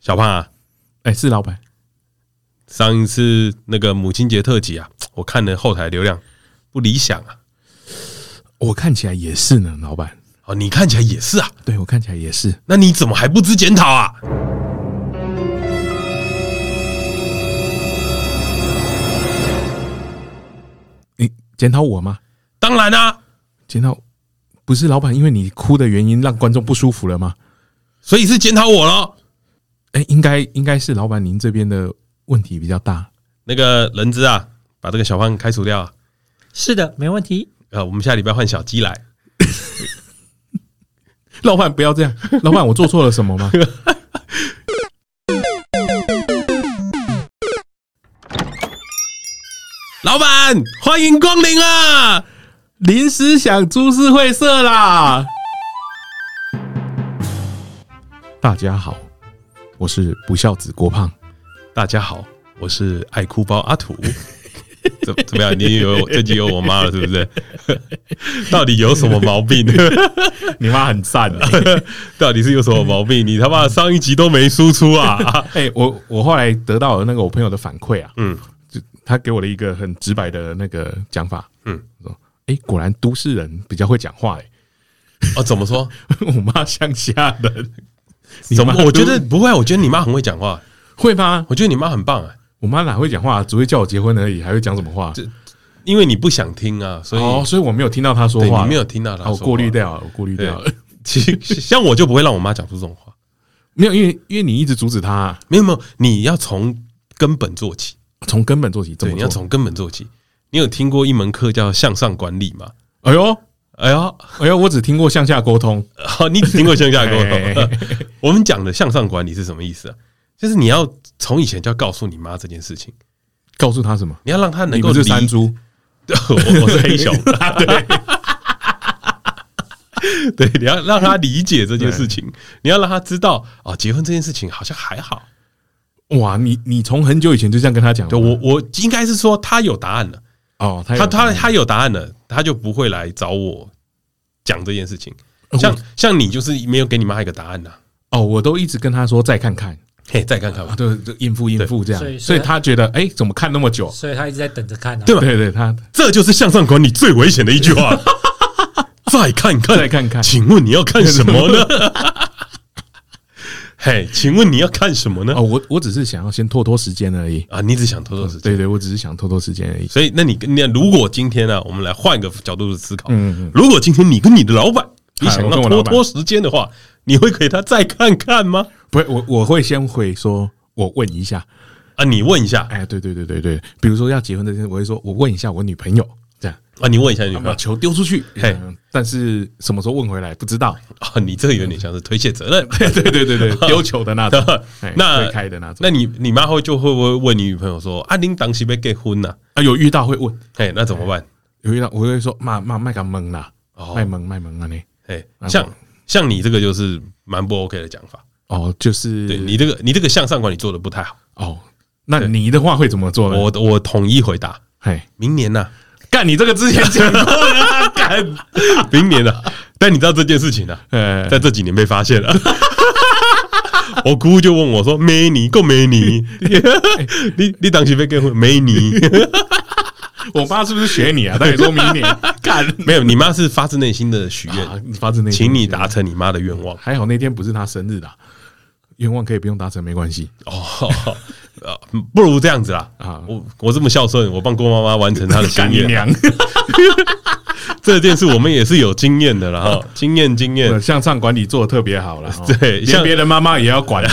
小胖啊， 是老板。 上一次那个母亲节特辑啊，我看了后台流量不理想啊。 我看起来也是呢，老板。 哦，你看起来也是啊？ 对，我看起来也是。 那你怎么还不知检讨啊？ 你检讨我吗？ 当然啊， 检讨不是老板，因为你哭的原因让观众不舒服了吗？ 所以是检讨我咯。 应该是老板您这边的问题比较大。 那个人资啊，把这个小胖开除掉啊。 是的，没问题。 我们下礼拜换小鸡来。 老板不要这样，老板我做错了什么吗？ 老板，欢迎光临啊！ 临时想株式会社啦！大家好，我是不孝子郭胖。 大家好，我是爱哭包阿土。怎么样？你这集有我妈了是不是？到底有什么毛病？ 你妈很赞到底是有什么毛病？你他妈上一集都没输出啊！ 我后来得到了那个我朋友的反馈啊，就他给我了一个很直白的那个讲法，说果然都市人比较会讲话怎么说？ 我妈乡下人， 怎么？我觉得不会，我觉得你妈很会讲话， 会吗？ 我觉得你妈很棒我妈哪会讲话，只会叫我结婚而已，还会讲什么话？ 因为你不想听啊，所以我没有听到她说话， 你没有听到她说话， 我过滤掉了。 其实像我就不会让我妈讲出这种话， 没有，因为你一直阻止她， 没有，你要从根本做起， 从根本做起， 对，你要从根本做起。你有听过一门课叫向上管理吗？ 哎呦，我只听过向下沟通。 你只听过向下沟通。我们讲的向上管理是什么意思啊？就是你要从以前就要告诉你妈这件事情， 告诉她什么？ 你要让她能够你不是山猪， 我是黑熊。对，你要让她理解这件事情，你要让她知道结婚这件事情好像还好。 哇，你从很久以前就这样跟她讲了？ 对，我应该是说她有答案了。他有答案了，他就不会来找我讲这件事情。像你就是没有给你妈一个答案呐。 我都一直跟他说再看看， 再看看吧， 对，应付这样。所以他觉得怎么看那么久？ 所以他一直在等着看， 对吧？ 对，他这就是向上管理最危险的一句话。再看看，请问你要看什么呢？请问你要看什么呢？ 我只是想要先拖时间而已你只想拖时间。 对，我只是想拖时间而已。 所以，那你如果今天呢，我们来换个角度的思考，如果今天你跟你的老板，你想要拖时间的话，你会给他再看看吗？ 不会，我会先会说，我问一下你问一下， 对，比如说要结婚这件事，我会说我问一下我女朋友。 你问一下你把球丢出去，但是什么时候问回来不知道。 你这个有点像是推卸责任。 对，丢球的那种， 那推开的那种。 那你妈就会不会问你女朋友说您当时要结婚呐？ 有遇到会问， 那怎么办？ 有遇到我会说妈卖个萌啦，卖萌啊你。 像你这个就是蛮不 OK 的讲法。 就是对你这个向上管理做的不太好。 那你的话会怎么做呢？ 我统一回答，明年呐。 干，你这个之前讲过了，干， 明年了。但你知道这件事情呢，在这几年被发现了。我姑就问我说：“没你，够没你？你当时被结婚没你？” 我妈是不是学你啊？她也说明年干， 没有，你妈是发自内心的许愿， 发自内心， 请你达成你妈的愿望。 还好那天不是她生日啦，愿望可以不用达成，没关系。 不如这样子啦。我这么孝顺，我帮郭妈妈完成她的心愿。这件事我们也是有经验的啦，经验。 向上管理做得特别好了， 对， 连别人妈妈也要管。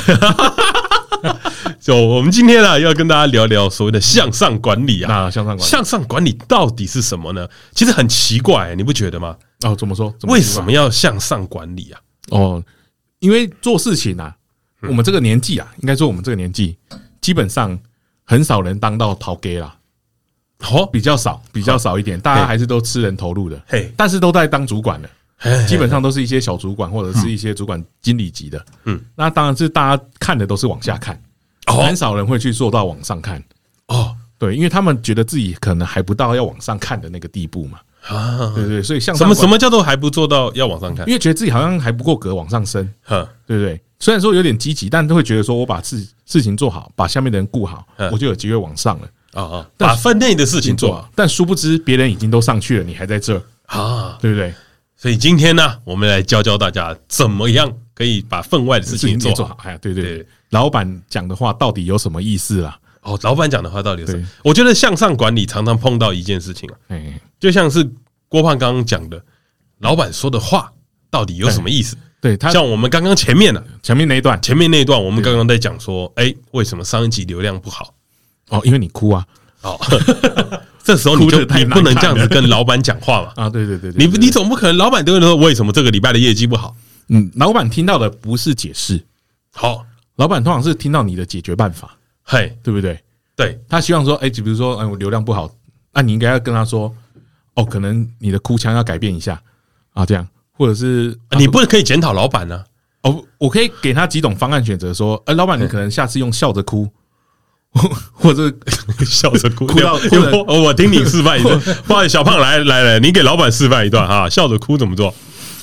我们今天要跟大家聊聊所谓的向上管理啊。向上管理到底是什么呢？其实很奇怪，你不觉得吗？ 怎么说？ 为什么要向上管理啊？ 因为做事情啊，我们这个年纪啊，应该说我们这个年纪，基本上很少人当到头家啦。比较少一点，大家还是都吃人头路的。但是都在当主管的，基本上都是一些小主管或者是一些主管经理级的。那当然是大家看的都是往下看，很少人会去做到往上看。对，因为他们觉得自己可能还不到要往上看的那个地步嘛。对，所以向上什么叫做还不做到要往上看？ 因为觉得自己好像还不够格往上升。对不对？ 虽然说有点积极，但都会觉得说我把事情做好，把下面的人顾好，我就有机会往上了。 把分内的事情做好， 但殊不知别人已经都上去了，你还在这啊，对不对？ 所以今天呢，我们来教大家怎么样可以把分外的事情做好。 哎呀，对，老板讲的话到底有什么意思啦？ 老板讲的话到底有什么？我觉得向上管理常常碰到一件事情就像是郭胖刚刚讲的，老板说的话到底有什么意思？ 对， 像我们刚刚前面那一段，我们刚刚在讲说，为什么上一集流量不好？ 因为你哭啊！ 这时候你不能这样子跟老板讲话嘛？ 对， 你总不可能老板都会说为什么这个礼拜的业绩不好？ 老板听到的不是解释，老板通常是听到你的解决办法，对不对？ 对， 他希望说，比如说，我流量不好，那你应该要跟他说，可能你的哭腔要改变一下啊，这样，或者是你不可以检讨老板呢？ 我可以给他几种方案选择，说，老板，你可能下次用笑着哭。或者笑着哭到， 我听你示范一段。不好意思，小胖来，你给老板示范一段哈，笑着哭怎么做？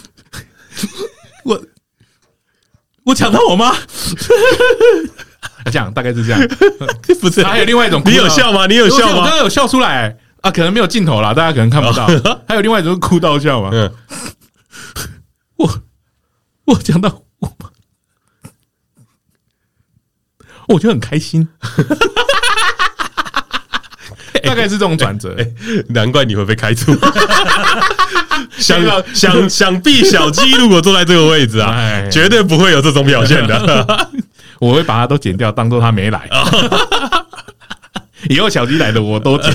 我抢到我妈，这样大概是这样， 不是？ 还有另外一种， 你有笑吗？ 我刚刚有笑出来啊，可能没有镜头啦，大家可能看不到。还有另外一种哭到笑嘛？我抢到我妈。我觉得很开心，大概是这种转折。 难怪你会被开除。想必小鸡如果坐在这个位置绝对不会有这种表现的。 我会把它都剪掉，当做他没来。以后小鸡来的我都剪。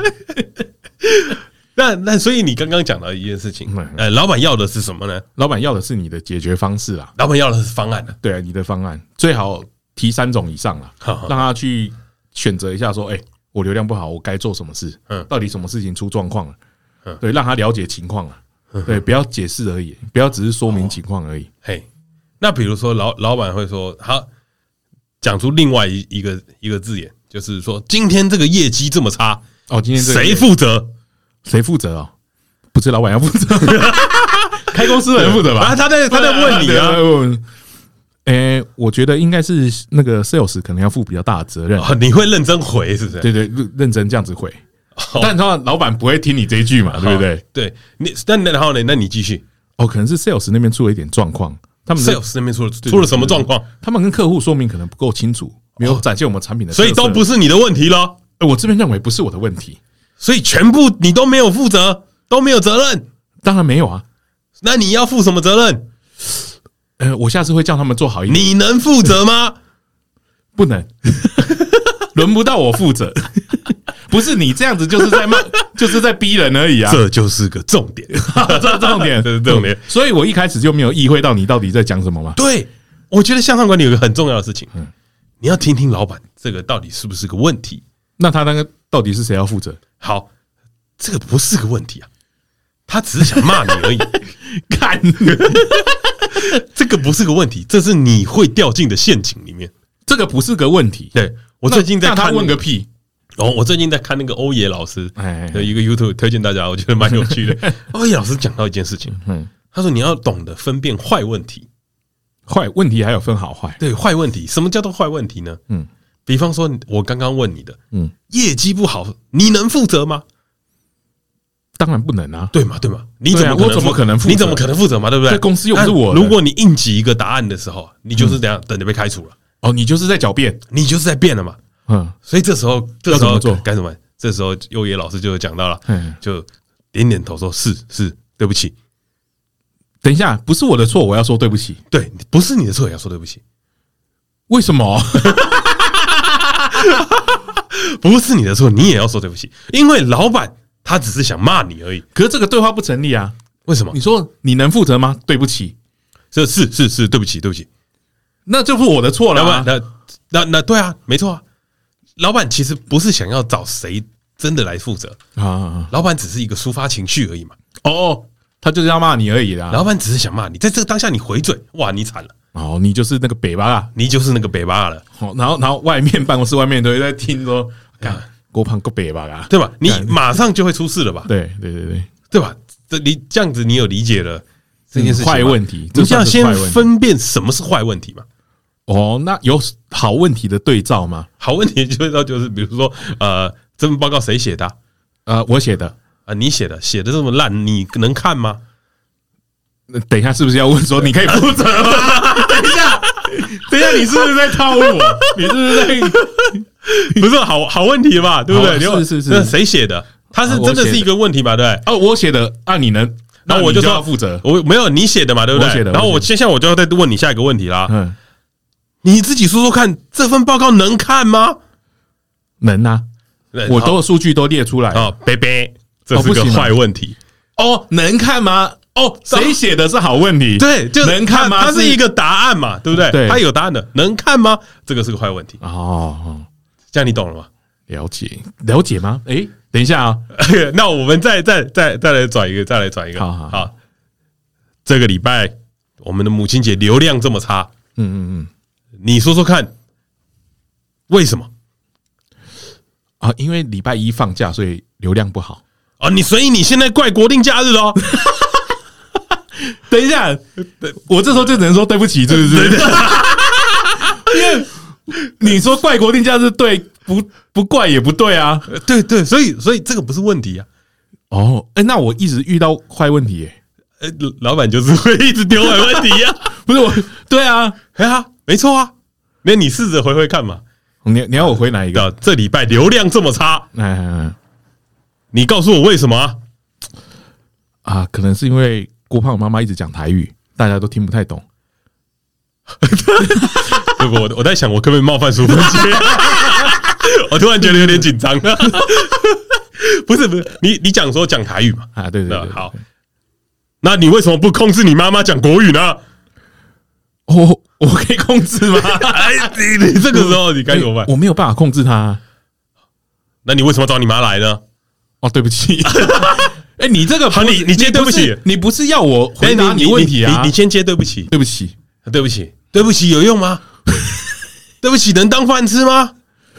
那所以你刚刚讲到一件事情，老板要的是什么呢？ 老板要的是你的解决方式啦。 老板要的是方案。 对，你的方案最好提3种以上啦，让他去选择一下，说，我流量不好，我该做什么事？到底什么事情出状况了？对，让他了解情况了。对，不要解释而已，不要只是说明情况而已。 那比如说老板会说，好，讲出另外一个字眼，就是说，今天这个业绩这么差， 今天谁负责？ 谁负责？不是老板要负责，开公司的人负责吧？ 他在问你啊。 我觉得应该是那个 sales 可能要负比较大的责任。 你会认真回是不是？ 对，认真这样子回。但通常老板不会听你这一句嘛，对不对？ 对，然后呢？那你继续。 可能是 sales 那边出了一点状况。他们 sales 那边出了什么状况？ 他们跟客户说明可能不够清楚，没有展现我们产品的特色， 所以都不是你的问题了。 我这边认为不是我的问题， 所以全部你都没有负责，都没有责任。 当然没有啊。 那你要负什么责任？ 我下次会叫他们做好一点。 你能负责吗？ 不能，轮不到我负责。不是你这样子，就是在逼人而已啊。 这就是个重点， 这是重点。所以我一开始就没有意会到你到底在讲什么嘛。 对，我觉得向上管理有一个很重要的事情，你要听听老板这个到底是不是个问题。 那他那个到底是谁要负责？ 好，这个不是个问题啊，他只是想骂你而已。 看。 这个不是个问题，这是你会掉进的陷阱里面。 这个不是个问题。 对，我最近在看， 他问个屁。 我最近在看那个欧野老师的一个 YouTube， 推荐大家，我觉得蛮有趣的。欧野老师讲到一件事情，他说你要懂得分辨坏问题。 坏问题还有分好坏。 对，坏问题，什么叫做坏问题呢？比方说我刚刚问你的，业绩不好，你能负责吗？ 当然不能啊， 对嘛？ 我怎么可能负责？ 你怎么可能负责嘛？对不对？ 这公司又不是我的。如果你应急一个答案的时候，你就是等着被开除了。 你就是在狡辩， 你就是在辩了嘛。所以这时候该怎么办？这时候优野老师就讲到了，就点点头说：“是，对不起。” 等一下，不是我的错，我要说对不起。 对，不是你的错，也要说对不起。 为什么？ 不是你的错，你也要说对不起，因为老板。他只是想骂你而已， 可是这个对话不成立啊！ 为什么？ 你说你能负责吗？对不起， 是，对不起， 那就是我的错了吗？ 那对啊，没错啊。老板其实不是想要找谁真的来负责啊，老板只是一个抒发情绪而已嘛。 他就是要骂你而已啦。 老板只是想骂你，在这个当下你回嘴，哇，你惨了。 你就是那个北巴啦， 你就是那个北巴了。 然后外面办公室外面都在听说，郭胖够北巴啦， 对吧？你马上就会出事了吧？ 对吧？你这样子，你有理解了这件事情坏问题？ 你要先分辨什么是坏问题嘛？ 哦，那有好问题的对照吗？ 好问题的对照就是比如说这份报告谁写的我写的你写的这么烂，你能看吗？ 等一下，是不是要问说你可以负责吗？等一下，你是不是在套路我？你是不是在？ 不是好问题吧？对不对？ 是， 那谁写的？他是真的是一个问题吧？对不对？ 我写的你能， 那我就说要负责。 我没有你写的嘛，对不对？ 我写的。 然后现在我就要再问你下一个问题啦。 你自己说说看，这份报告能看吗？ 能啊，我都有数据都列出来。 贝贝，这是个坏问题。 能看吗？谁写的是好问题？ 对，就能看吗？ 它是一个答案嘛，对不对？ 对， 它有答案的，能看吗？这个是个坏问题。这样你懂了吗？ 了解吗？等一下啊， 那我们再来转一个，好，这个礼拜我们的母亲节流量这么差，你说说看，为什么？ 因为礼拜一放假，所以流量不好。 所以你现在怪国定假日哦？ 等一下，我这时候就只能说对不起，是不是？因为你说怪国定假日对，不怪也不对啊。 对，所以这个不是问题啊。 那我一直遇到坏问题耶。 老板就是会一直丢坏问题呀。 不是我，对啊， 没错啊。那你试着回看嘛。 你要我回哪一个？ 这礼拜流量这么差，你告诉我为什么可能是因为郭胖妈妈一直讲台语，大家都听不太懂。 我在想，我可不可以冒犯淑芬姐？我突然觉得有点紧张。不是，你讲说讲台语嘛？ 对， 好。那你为什么不控制你妈妈讲国语呢？ 我可以控制吗？ 你这个时候你该怎么办？ 我没有办法控制他。 那你为什么找你妈来呢？ 对不起。你这个你接对不起， 你不是要我回答你问题啊？ 你先接对不起， 对不起， 对不起有用吗？对不起能当饭吃吗？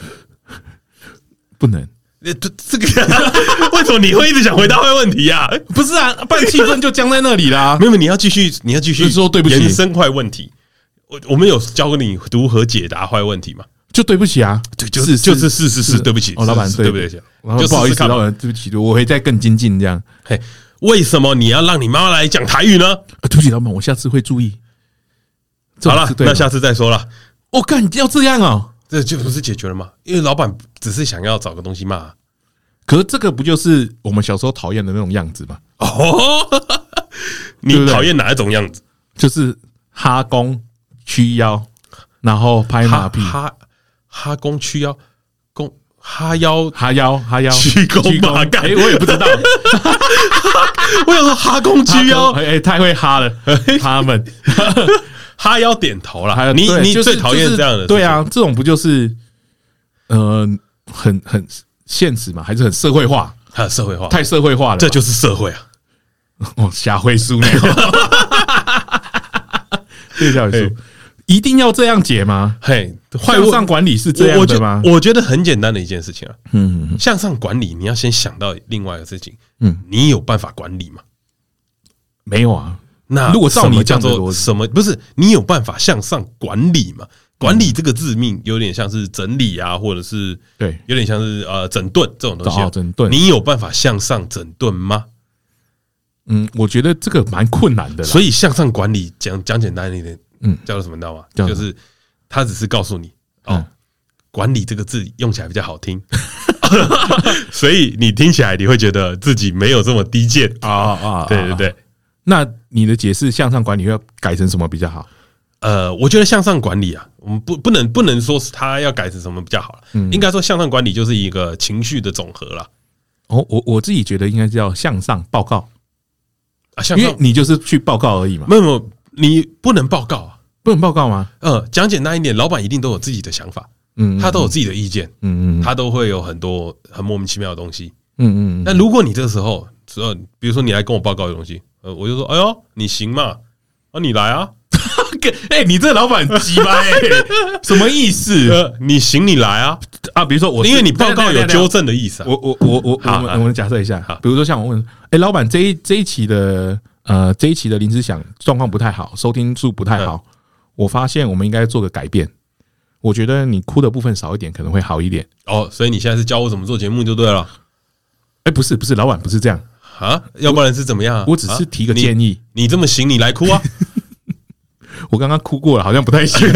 不能。 这个为什么你会一直想回答坏问题啊？ 不是啊，不然气氛就僵在那里啦。 没有，你要继续说对不起， 延伸坏问题。我们有教你如何解答坏问题吗？ 就对不起啊， 就是对不起， 老板对不起，不好意思，老板对不起，我会再更精进这样。 为什么你要让你妈妈来讲台语呢？ 对不起，老板，我下次会注意。 好了，那下次再说了。 干，要这样哦？ 这就不是解决了吗？因为老板只是想要找个东西骂。 可是这个不就是我们小时候讨厌的那种样子吗？ 你讨厌哪一种样子？ 就是哈公屈腰，然后拍马屁。 哈公屈腰，哈腰屈躬马干。 我也不知道。 我想说哈公屈腰， 太会哈了，他们哈腰点头了。你最讨厌这样的？ 对啊，这种不就是很现实嘛，还是很社会化？ 社会化， 太社会化了， 这就是社会啊！ 瞎会输那种。对，小语书一定要这样解吗？向上管理是这样的吗？ 我觉得很简单的一件事情啊。向上管理，你要先想到另外一个事情。你有办法管理吗？ 没有啊。 那如果照你叫做什么？不是你有办法向上管理吗？管理这个字命有点像是整理啊，或者是对， 有点像是整顿这种东西。 整顿， 你有办法向上整顿吗？ 我觉得这个蛮困难的。 所以向上管理讲简单一点，叫做什么你知道吗？就是他只是告诉你管理这个字用起来比较好听，所以你听起来你会觉得自己没有这么低贱啊。对。 那你的解释向上管理要改成什么比较好？ 我觉得向上管理啊，我们不能说是他要改成什么比较好了，应该说向上管理就是一个情绪的总和啦。 我自己觉得应该叫向上报告啊，因为你就是去报告而已嘛。 没有，你不能报告啊， 不能报告吗？ 讲简单一点，老板一定都有自己的想法，他都有自己的意见，他都会有很多很莫名其妙的东西，但如果你这个时候，比如说你来跟我报告的东西，我就说，哎呦，你行嘛？你来啊。 你这老板鸡掰，什么意思？ 你行，你来啊！ 比如说因为你报告有纠正的意思。 我们假设一下，比如说像我问，老板这一期的临时想状况不太好，收听数不太好， 我发现我们应该做个改变。我觉得你哭的部分少一点可能会好一点。 哦，所以你现在是教我怎么做节目就对了。 不是，老板不是这样啊，要不然是怎么样啊？ 我只是提个建议。 你这么行，你来哭啊！ 我刚刚哭过了，好像不太行。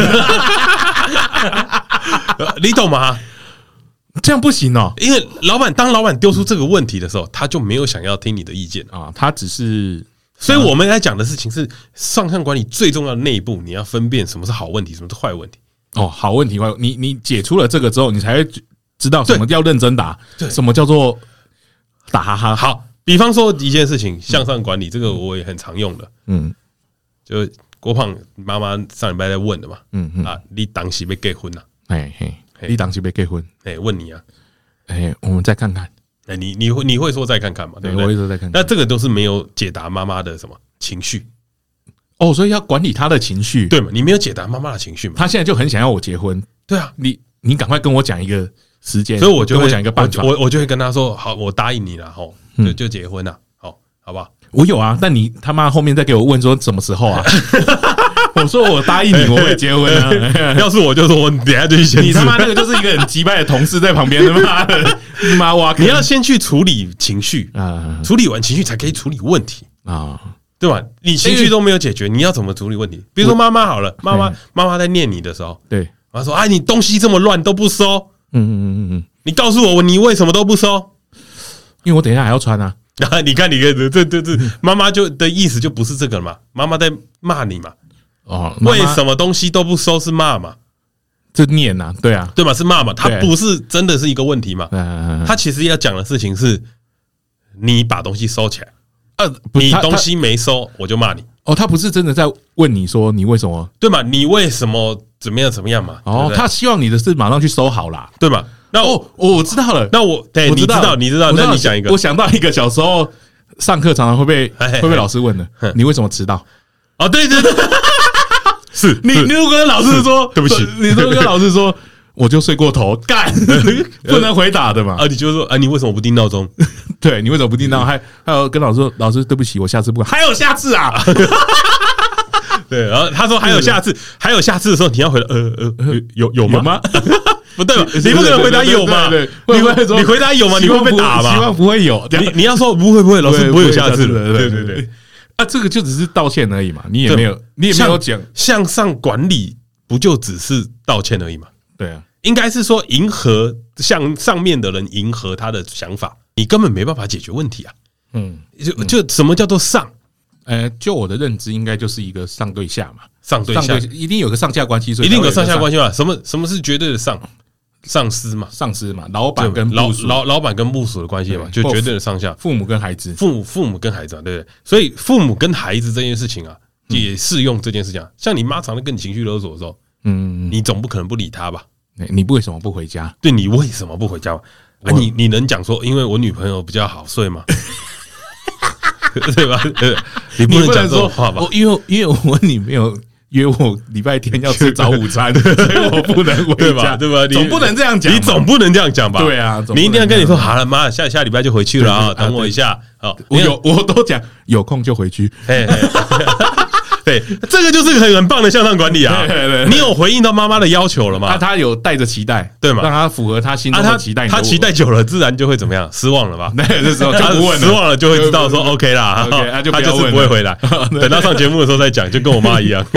你懂吗？ 这样不行哦， 因为当老板丢出这个问题的时候，他就没有想要听你的意见啊，他只是。 所以我们来讲的事情是上项管理最重要的内部，你要分辨什么是好问题，什么是坏问题。 哦，好问题，坏问题，你解出了这个之后，你才会知道什么叫认真打，什么叫做打哈哈。 好，比方说一件事情，向上管理这个我也很常用的，就郭胖妈妈上礼拜在问的嘛，你当时被结婚了？ 你当时被结婚？ 问你啊， 我们再看看。 你会说再看看嘛？对不对？ 我会说再看看。 那这个都是没有解答妈妈的什么情绪哦，所以要管理她的情绪， 对嘛？你没有解答妈妈的情绪嘛？ 她现在就很想要我结婚， 对啊， 你赶快跟我讲一个时间， 所以我就会讲一个办法， 我就会跟她说，好，我答应你了，吼，就结婚了，好不好？ 我有啊，但你他妈后面再给我问说什么时候啊？我说我答应你，我会结婚啊！ 要是我就说我等一下就去签字。 你他妈那个就是一个很击败的同事在旁边，他妈挖！ 你要先去处理情绪啊，处理完情绪才可以处理问题啊，对吧？你情绪都没有解决，你要怎么处理问题？比如说妈妈好了，妈妈在念你的时候， 对， 妈说啊，你东西这么乱都不收，你告诉我你为什么都不收？ 因为我等一下还要穿啊。 你看，这妈妈就的意思就不是这个了嘛，妈妈在骂你嘛。哦，为什么东西都不收是骂嘛？ 这念啊，对啊， 对嘛，是骂嘛，它不是真的是一个问题嘛？他其实要讲的事情是，你把东西收起来，你东西没收，我就骂你。 哦，他不是真的在问你说你为什么， 对嘛？你为什么怎么样嘛？ 哦，他希望你的是马上去收好啦， 对嘛？那我知道了， 那对，你知道，那你讲一个， 我想到一个小时候上课常常会被老师问的，你为什么迟到？ 哦，对。是你如果跟老师说对不起， 你如果跟老师说我就睡过头，干不能回答的嘛。 你就说你为什么不定闹钟？ 对，你为什么不定闹钟？还有跟老师说，老师对不起，我下次不敢。还有下次啊？ 对，然后他说还有下次的时候，你要回答有吗？不对吧？你不可能回答有嘛？你回答有吗？你会被打吗？ 希望不会有。 你要说不会，老师不会有下次的。对。 这个就只是道歉而已嘛，你也没有讲向上管理，不就只是道歉而已嘛？ 对啊， 应该是说迎合向上面的人迎合他的想法，你根本没办法解决问题啊。就什么叫做上？ 就我的认知，应该就是一个上对下嘛， 上对下一定有个上下关系， 一定有上下关系嘛？什么是绝对的上？上司嘛， 老板跟部属老板跟部属的关系嘛，就绝对的上下。 父母跟孩子， 父母跟孩子嘛，对不对？所以父母跟孩子这件事情啊，也适用这件事情啊。像你妈常常跟你情绪勒索的时候，你总不可能不理她吧？ 你为什么不回家？ 对，你为什么不回家？你能讲说，因为我女朋友比较好睡吗？对吧？你不能讲这种话吧？ 因为我女朋友约我礼拜天要吃早午餐，所以我不能回家， 对吧？ 总不能这样讲， 你总不能这样讲吧？ 对啊， 你一定要跟你说好了，妈，下礼拜就回去了啊，等我一下。好， 我都讲有空就回去。 对，这个就是很棒的向上管理啊！你有回应到妈妈的要求了吗？ 他有带着期待， 对吗？ 让他符合他心中的期待。 他期待久了，自然就会怎么样？失望了吧？ 那这时候就不问了， 失望了就会知道说 OK 啦，他就是不会回来。等到上节目的时候再讲，就跟我妈一样。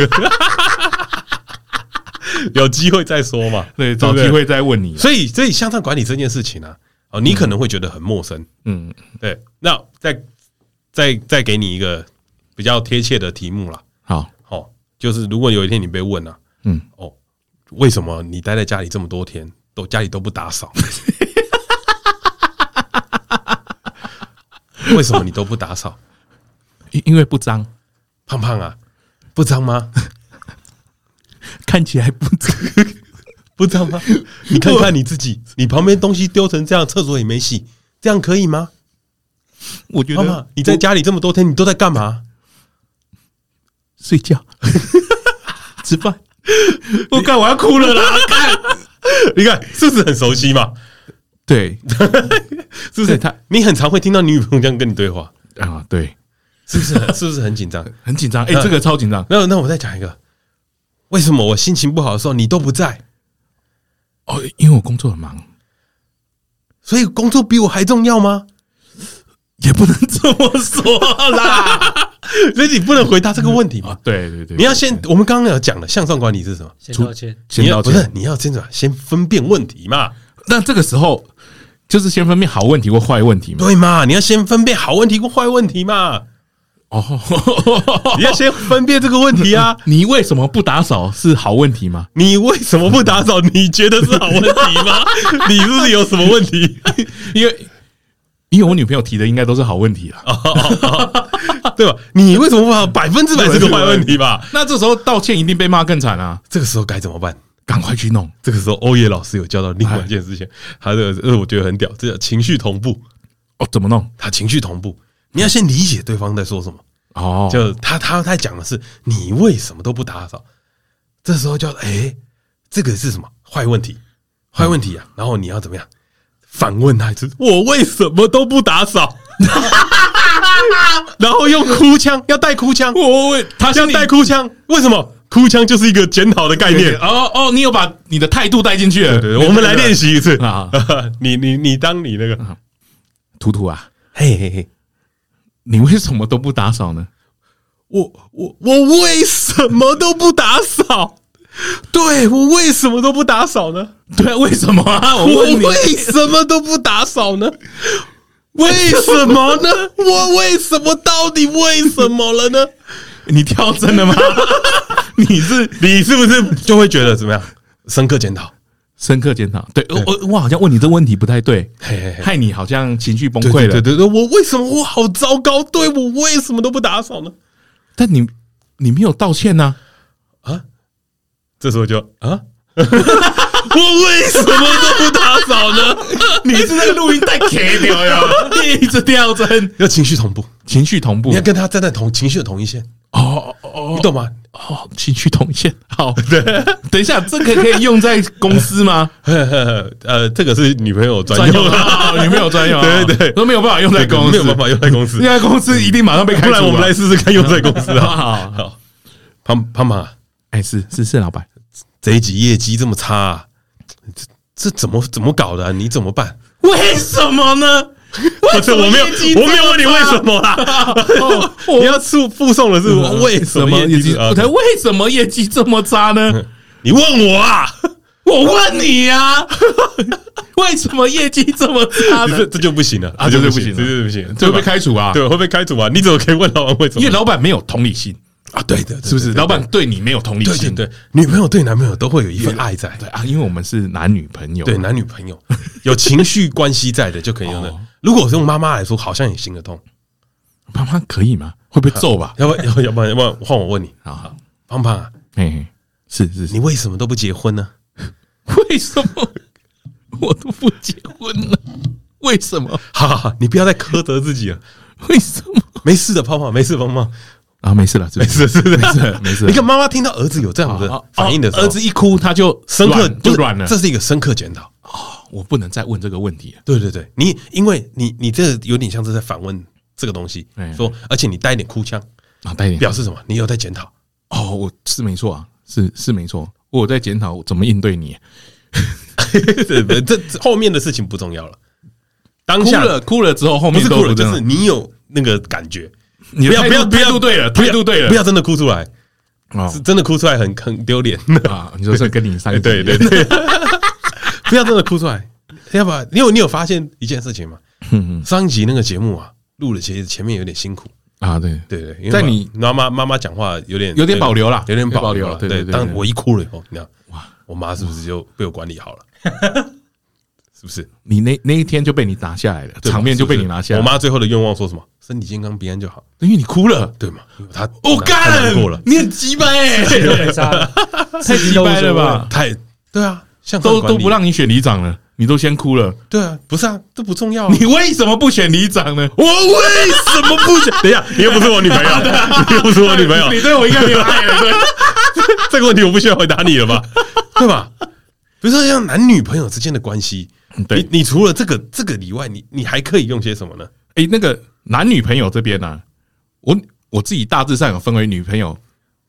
有机会再说嘛？ 对，找机会再问你。 所以向上管理这件事情啊，你可能会觉得很陌生。对。那再给你一个比较贴切的题目啦。好，就是如果有一天你被问啊，为什么你待在家里这么多天，家里都不打扫？为什么你都不打扫？ 因为不脏。 胖胖啊，不脏吗？ 看起来不脏， 不脏吗？你看看你自己，你旁边东西丢成这样，厕所也没洗，这样可以吗？ 我觉得你在家里这么多天，你都在干嘛？ 睡觉、吃饭。我看我要哭了啦！ 你看是不是很熟悉嘛？ 对， 是不是？你很常会听到女朋友这样跟你对话啊？对， 是不是很紧张？ 很紧张。这个超紧张。 那我再讲一个。 为什么我心情不好的时候你都不在？ 哦，因为我工作很忙， 所以工作比我还重要吗？ 也不能这么说啦。 所以你不能回答这个问题嘛？ 对， 你要先，我们刚刚有讲了，向上管理是什么？ 先道歉， 不是你要先分辨问题嘛？ 那这个时候就是先分辨好问题或坏问题嘛？ 对嘛？你要先分辨好问题或坏问题嘛？ 哦， 你要先分辨这个问题啊！ 你为什么不打扫是好问题吗？ 你为什么不打扫？你觉得是好问题吗？你是不是有什么问题？ 因为我女朋友提的应该都是好问题啦， 对吧？你为什么不100%是个坏问题吧？ 那这时候道歉一定被骂更惨啊！ 这个时候该怎么办？ 赶快去弄。 这个时候欧耶老师有教到另外一件事情，他这个我觉得很屌，这叫情绪同步。 哦，怎么弄？ 他情绪同步，你要先理解对方在说什么。 哦， 就他在讲的是你为什么都不打扫，这时候叫这个是什么坏问题？坏问题啊！然后你要怎么样反问他一次？我为什么都不打扫？然后用哭腔，要带哭腔。他要带哭腔，为什么？哭腔就是一个检讨的概念。 哦，你有把你的态度带进去了。 对，我们来练习一次啊！你当你那个图图啊， 嘿。 你为什么都不打扫呢？ 我为什么都不打扫？对，我为什么都不打扫呢？ 对，为什么啊？我为什么都不打扫呢？为什么呢？我为什么？到底为什么了呢？ 你跳针了吗？你是不是就会觉得怎么样？深刻检讨。 对，我好像问你这问题不太对，害你好像情绪崩溃了。 对，我为什么我好糟糕？对，我为什么都不打扫呢？ 但你没有道歉呢？ 啊，这时候就啊，我为什么都不打扫呢？ 你是那个录音带 K 掉呀，一直掉针， 要情绪同步， 你要跟他站在情绪的同一线。你懂吗？ 情绪同一线。好，对，等一下，这个可以用在公司吗？ 这个是女朋友专用的， 女朋友专用， 对， 都没有办法用在公司， 没有办法用在公司， 用在公司一定马上被开除。 不然我们来试试看用在公司啊。 好，胖胖， 是老板， 这一集业绩这么差，这怎么搞的？你怎么办？ 为什么呢？ 我没有问你为什么啦。你要附送的是为什么业绩？ 为什么业绩这么差呢？ 你问我啊？ 我问你呀，为什么业绩这么差呢？ 这就不行了啊！这就不行，这会被开除啊！ 对，会被开除啊！你怎么可以问老板为什么？ 因为老板没有同理心啊！对的， 是不是？老板对你没有同理心， 对，女朋友对男朋友都会有一份爱在， 对啊，因为我们是男女朋友， 对，男女朋友有情绪关系在的就可以用的。如果是用妈妈来说，好像也行得通。 妈妈可以吗？会被揍吧？ 要不然换我问你啊，胖胖啊， 是， 你为什么都不结婚呢？ 为什么我都不结婚呢？为什么？ 好，你不要再苛责自己了。 为什么？ 没事的，胖胖，没事，胖胖啊，没事了， 没事，是不是？ 没事。 你看妈妈听到儿子有这样的反应的时候， 儿子一哭，他就深刻就软了。 这是一个深刻检讨。 我不能再问这个问题了。 对，因为你这个有点像是在反问这个东西，说，而且你带一点哭腔啊，带一点表示什么？你有在检讨。 我是没错啊，是没错，我有在检讨怎么应对你。 这后面的事情不重要了。当下哭了之后，后面不是哭了，就是你有那个感觉。 你不要态度对了， 不要真的哭出来。是真的哭出来很丢脸啊！你说是跟你上一集对，不要真的哭出来。要不然你有发现一件事情吗？上一集那个节目啊，录了其实前面有点辛苦啊。对， 因为在你妈妈讲话有点保留啦，有点保留了。对，当我一哭了以后，你看，哇，我妈是不是就被我管理好了？是不是？ 你那一天就被你拿下来了，场面就被你拿下来。 我妈最后的愿望说什么？身体健康平安就好。 因为你哭了， 对嘛？她干过了， 你很鸡掰太鸡掰了吧？ 对啊，像都不让你选里长了，你都先哭了。 对啊，不是啊，这不重要。 你为什么不选里长呢？ 我为什么不选？等一下，你又不是我女朋友，你又不是我女朋友， 你对我应该没有爱了。对， 这个问题我不需要回答你了吧？对吧？比如说像男女朋友之间的关系，你除了这个以外，你还可以用些什么呢？ 那个男女朋友这边呢，我自己大致上有分为女朋友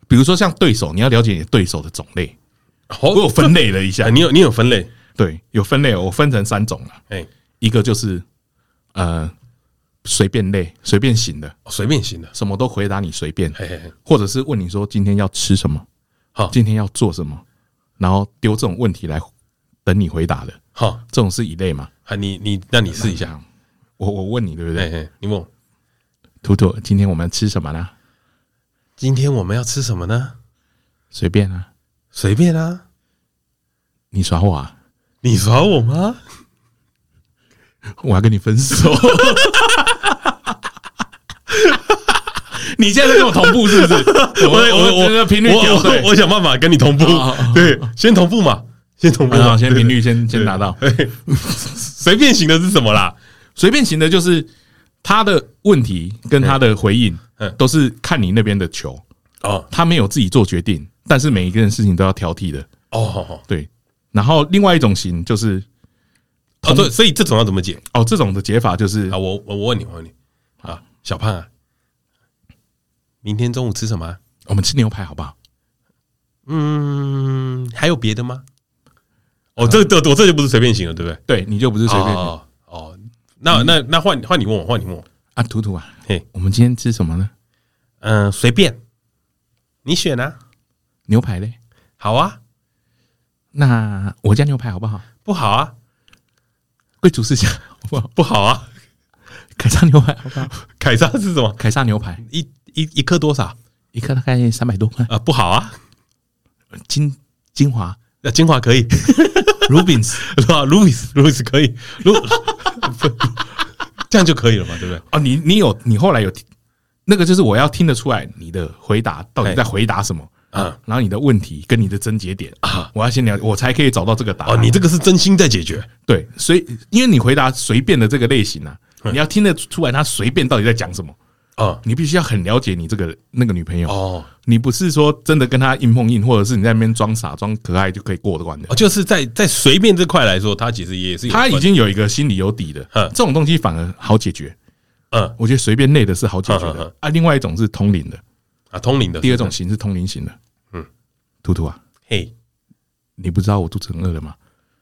比如说像对手，你要了解你的对手的种类。我有分类了一下， 你有分类？ 对，有分类，我分成3种了。一个就是随便类，随便型的， 随便型的， 什么都回答你随便，或者是问你说今天要吃什么，今天要做什么，然后丢这种问题来等你回答的。这种是一类嘛？ 那你试一下， 我问你对不对？ 你问我， 图图，今天我们吃什么呢？ 今天我们要吃什么呢？ 随便啊， 随便啊。 你耍我啊？ 你耍我吗？ 我要跟你分手。你现在在跟我同步是不是？我频率调对， 我想办法跟你同步。对，先同步嘛，先同步， 先频率先拿到。 随便型的是什么啦？ 随便型的就是他的问题跟他的回应都是看你那边的球他没有自己做决定，但是每一件事情都要挑剔的对。然后另外一种型就是对，所以这种要怎么解？ 这种的解法就是我问你小胖啊，明天中午吃什么？ 我们吃牛排好不好？ 还有别的吗？我这就不是随便型了，对不对？ 对，你就不是随便型。 那换你问我啊，图图啊，我们今天吃什么呢？随便，你选啊。 牛排嘞？ 好啊。 那我家牛排好不好？ 不好啊。 贵族世家好不好？ 不好啊。 凯撒牛排好不好？ 凯撒是什么？ 凯撒牛排一颗多少？ 一颗大概300多块不好啊。 精华精华可以。 Rubens 是吧？Rubens 可以。这样就可以了嘛，对不对？ 你后来有那个，就是我要听得出来你的回答到底在回答什么然后你的问题跟你的症结点我要先了解，我才可以找到这个答案。 你这个是真心在解决。 对，所以因为你回答随便的这个类型你要听得出来他随便到底在讲什么你必须要很了解你那个女朋友你不是说真的跟她硬碰硬，或者是你在那边装傻装可爱就可以过得关的就是在随便这块来说，他其实也是他已经有一个心里有底的这种东西反而好解决。我觉得随便类的是好解决的另外一种是通灵的通灵的第二种型是通灵型的。图图啊，你不知道我肚子很饿了吗？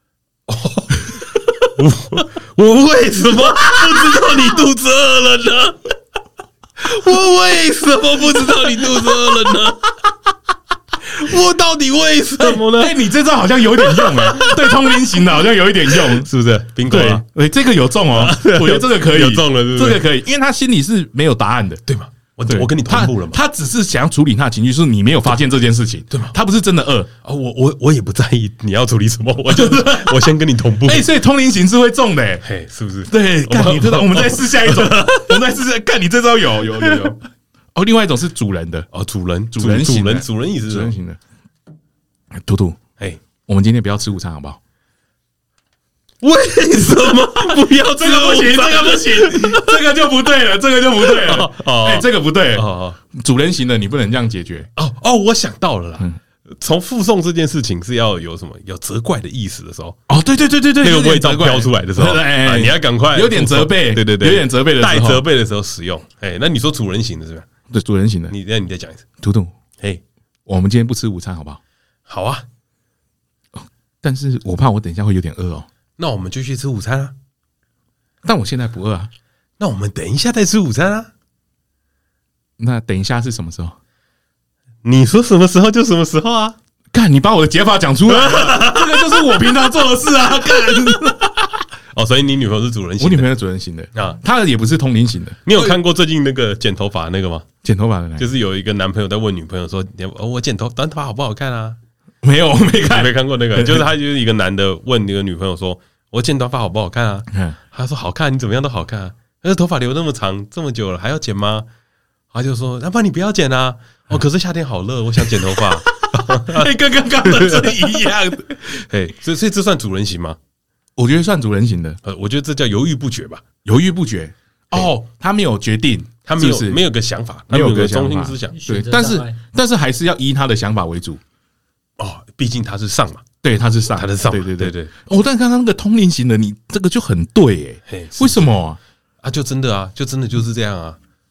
我为什么不知道你肚子饿了呢？我为什么不知道你肚子饿了呢？我到底为什么呢？ 你这招好像有点用对通灵型的好像有一点用， 是不是？ 对，这个有中我觉得这个可以， 有中了， 这个可以，因为他心里是没有答案的， 对吗？我跟你同步了嘛？ 他只是想要处理他的情绪，是你没有发现这件事情，对吗？他不是真的饿我也不在意你要处理什么，我先跟你同步。 所以通灵型是会中的， 是不是？ 对，看你这种，我们再试下一种，我们再试试看你这招有。另外一种是主人的主人也是主人型的。图图，我们今天不要吃午餐好不好？ 为什么不要这个不行？这个不行，这个就不对了，这个就不对了。这个不对。主人型的你不能这样解决。 我想到了啦。从附送这件事情是要有什么有责怪的意思的时候， 对， 那个味道飘出来的时候，你要赶快有点责备，对，有点责备的时候， 带责备的时候使用。那你说主人型的是吧？ 对，主人型的， 你再讲一次。 图图，我们今天不吃午餐好不好？ 好啊。 但是我怕我等一下会有点饿那我们就去吃午餐啊。 但我现在不饿啊。 那我们等一下再吃午餐啊。 那等一下是什么时候？ 你说什么时候就什么时候啊。 干，你把我的解法讲出来了。这个就是我平常做的事啊。干。 所以你女朋友是主人型的。 我女朋友主人型的她也不是通灵型的。 你有看过最近那个剪头发那个吗？ 剪头发的就是有一个男朋友在问女朋友说：“我短头发好不好看啊？” 没有，我没看过那个，就是他就是一个男的问一个女朋友说：“我剪头发好不好看啊？”他说：“好看，你怎么样都好看啊。但是头发留那么长这么久了，还要剪吗？”他就说：“那不然你不要剪啊。可是夏天好热，我想剪头发。” 跟刚刚的是一样的。 所以这算主人型吗？ 我觉得算主人型的。 我觉得这叫犹豫不决吧。 犹豫不决。他没有决定， 他没有个想法，没有个中心思想。 对，但是还是要依他的想法为主。 毕竟他是上嘛。 对，他是上。 对。 但刚刚那个通灵型的，你这个就很对为什么就真的就是这样啊。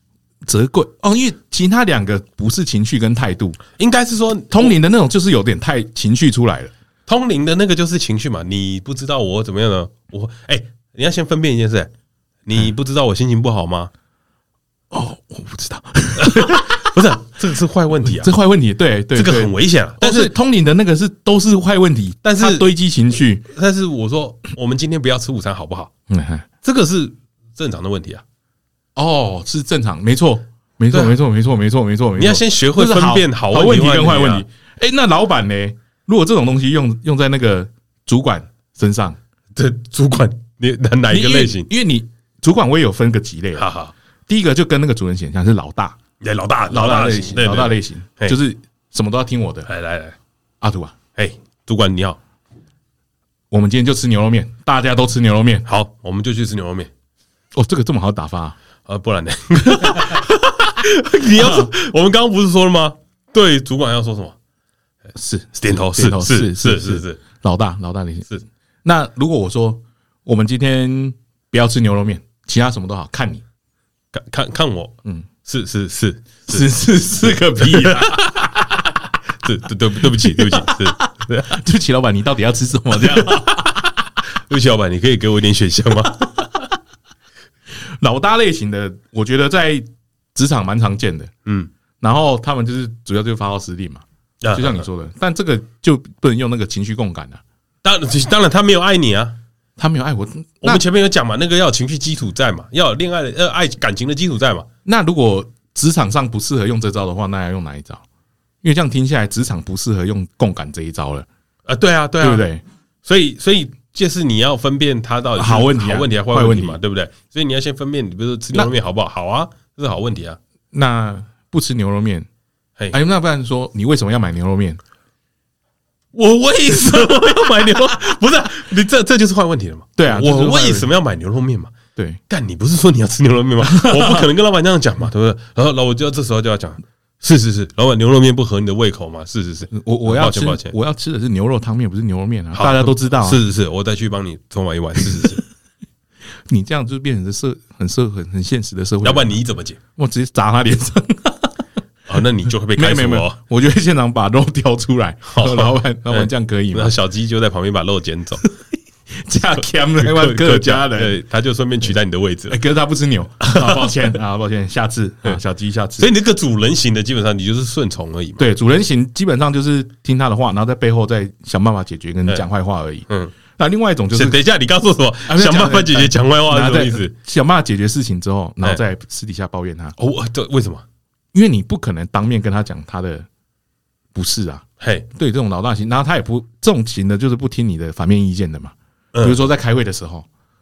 责怪哦，因为其他两个不是情绪跟态度， 应该是说通灵的那种就是有点太情绪出来了。 通灵的那个就是情绪嘛，你不知道我怎么样呢？你要先分辨一件事，你不知道我心情不好吗？ 哦，我不知道， 不是，这个是坏问题啊， 这坏问题，对， 这个很危险啊。 但是通灵的那个都是坏问题， 但是它堆积情绪。 但是我说，我们今天不要吃午餐好不好？这个是正常的问题啊。 哦，是正常，没错。你要先学会分辨好问题跟坏问题。 那老板呢？如果这种东西用在那个主管身上， 对，主管你哪一个类型？ 因为你主管我也有分个几类。第一个就跟那个主人显像是老大， 老大类型，就是什么都要听我的。 来， 阿土啊， 主管你好， 我们今天就吃牛肉面，大家都吃牛肉面。 好，我们就去吃牛肉面。 哦，这个这么好打发不然呢？你要说，我们刚刚不是说了吗？对，主管要说什么？ 是点头，是， 老大类型是。那如果我说我们今天不要吃牛肉面，其他什么都好，看你， 看我，是个屁啊！ 对不起，对不起，老板，你到底要吃什么？这样， 对不起，老板，你可以给我一点选项吗？ 老大类型的，我觉得在职场蛮常见的，然后他们就是主要就是发号施令嘛，就像你说的，但这个就不能用那个情绪共感了。 当然，他没有爱你啊， 他没有爱我。 我们前面有讲嘛，那个要有情绪基础在嘛，要有恋爱的爱感情的基础在嘛。 那如果职场上不适合用这招的话，那要用哪一招？因为这样听下来，职场不适合用共感这一招了。 对啊， 对不对？ 所以就是你要分辨他到底是好问题还是坏问题嘛，对不对？所以你要先分辨，你比如说吃牛肉面好不好？好啊，这是好问题啊。 那不吃牛肉面，那不然说你为什么要买牛肉面？ 我为什么要买牛肉？不是你这就是坏问题了嘛？ 对啊， 我为什么要买牛肉面嘛？ 对， 干，你不是说你要吃牛肉面吗？我不可能跟老板这样讲嘛，对不对？然后我就这时候就要讲，是，老板牛肉面不合你的胃口嘛？是， 我要吃，我要吃的是牛肉汤面，不是牛肉面啊！大家都知道啊。 是，我再去帮你重买一碗。是， 你这样就变成很现实的社会。 要不然你怎么解？ 我直接砸他脸上。 那你就会被开除哦。 我就会现场把肉挑出来。老板这样可以吗？ 那小鸡就在旁边把肉捡走。 加 cam 那碗客家人， 他就顺便取代你的位置。 可是他不吃牛，抱歉，下次小鸡下次。 所以你这个主人型的，基本上你就是顺从而已嘛。 对，主人型基本上就是听他的话，然后在背后再想办法解决跟讲坏话而已。那另外一种就是， 等一下，你刚说什么？想办法解决讲坏话是什么意思？ 想办法解决事情之后，然后再私底下抱怨他。 对，为什么？ 因为你不可能当面跟他讲他的不是啊。对，这种老大型，然后他也不这种型的，就是不听你的反面意见的嘛。比如说在开会的时候，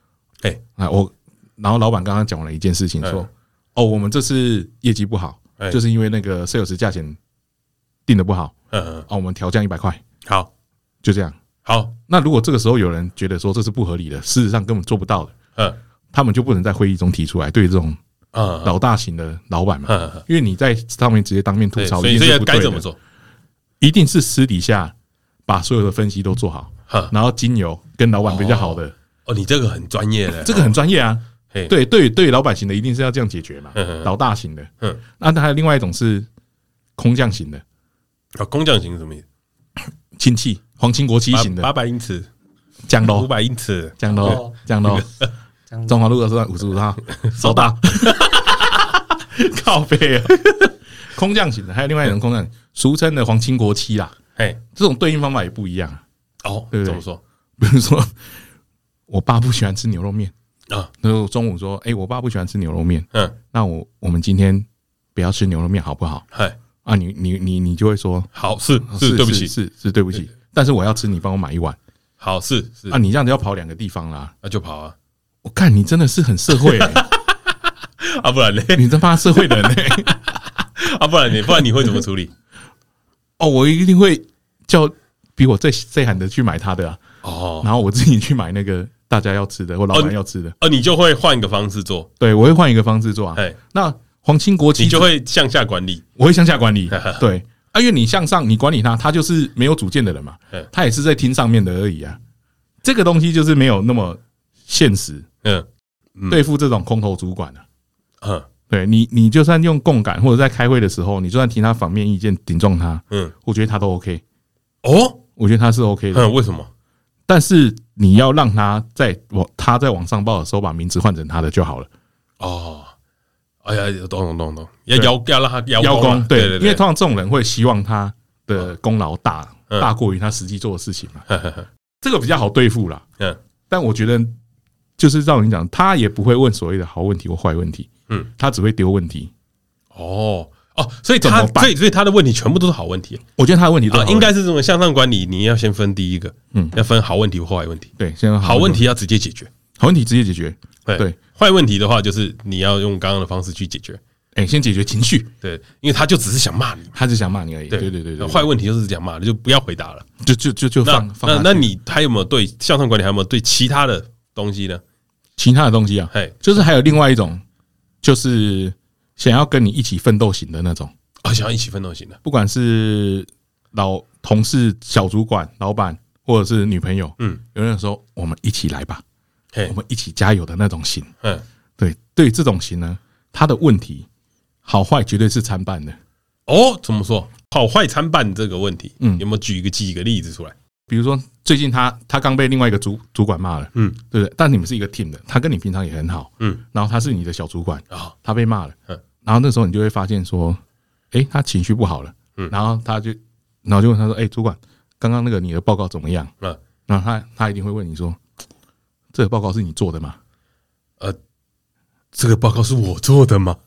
然后老板刚刚讲了一件事情，说我们这次业绩不好，就是因为那个sales价钱定的不好，我们调降100块， 好， 就这样， 好。 那如果这个时候有人觉得说这是不合理的，事实上根本做不到的，他们就不能在会议中提出来。对于这种老大型的老板嘛，因为你在上面直接当面吐槽， 所以该怎么做？ 一定是私底下把所有的分析都做好。然后经由跟老板比较好的你这个很专业的， 这个很专业啊。对，老板型的一定是要这样解决嘛。老大型的，那还有另外一种是空降型的。 空降型是什么意思？ 氢气，皇亲国戚型的 ，800英尺降落 ，500英尺降落，中华路255号收到，靠背啊！空降型的，还有另外一种空降，俗称的皇亲国戚啦。这种对应方法也不一样啊。对不对？怎么说？比如说，我爸不喜欢吃牛肉面啊。然后中午说，我爸不喜欢吃牛肉面。那我们今天不要吃牛肉面好不好？你就会说， 好，是对不起， 是对不起。但是我要吃，你帮我买一碗。 好，是啊，你这样子要跑2个地方啦， 那就跑啊。 我看你真的是很社会不然呢？ 你真怕社会人呢？ 不然你会怎么处理？ 我一定会叫比我最狠的去买他的啊，然后我自己去买那个大家要吃的或老板要吃的， 你就会换一个方式做。 对，我会换一个方式做啊。那皇亲国戚， 你就会向下管理， 我会向下管理。对啊，因为你向上，你管理他就是没有主见的人嘛，他也是在听上面的而已啊。这个东西就是没有那么现实。对付这种空头主管啊， 对你就算用共感或者在开会的时候，你就算提他反面意见顶撞他，我觉得他都 OK。 哦， 我觉得他是 OK 的。 为什么？ 但是你要让他在往上报的时候把名字换成他的就好了。 哦，哎呀，懂，要让他邀功，对，因为通常这种人会希望他的功劳大过于他实际做的事情嘛，这个比较好对付啦。但我觉得就是照你讲，他也不会问所谓的好问题或坏问题，他只会丢问题。 所以他的问题全部都是好问题。 我觉得他的问题都应该是这种向上管理，你要先分第一个，要分好问题或坏问题。 对，先好问题要直接解决， 好问题直接解决。对， 坏问题的话就是你要用刚刚的方式去解决。 先解决情绪。 对，因为他就只是想骂你， 他只想骂你而已。 对，坏问题就是讲骂，就不要回答了， 就放。 那你还有没有对向上管理还有没有对其他的东西呢？ 其他的东西啊，就是还有另外一种，就是想要跟你一起奋斗型的那种。 想要一起奋斗型的， 不管是同事、小主管、老板，或者是女朋友，有人说我们一起来吧，我们一起加油的那种型。对这种型呢，他的问题好坏绝对是参半的。 怎么说？好坏参半这个问题，有没有举几个例子出来？ 比如说最近他刚被另外一个主管骂了，对不对？但你们是一个 team 的，他跟你平常也很好，然后他是你的小主管，他被骂了，然后那时候你就会发现说，他情绪不好了，然后就问他说，主管，刚刚那个你的报告怎么样？然后他一定会问你说，这个报告是你做的吗？ 这个报告是我做的吗？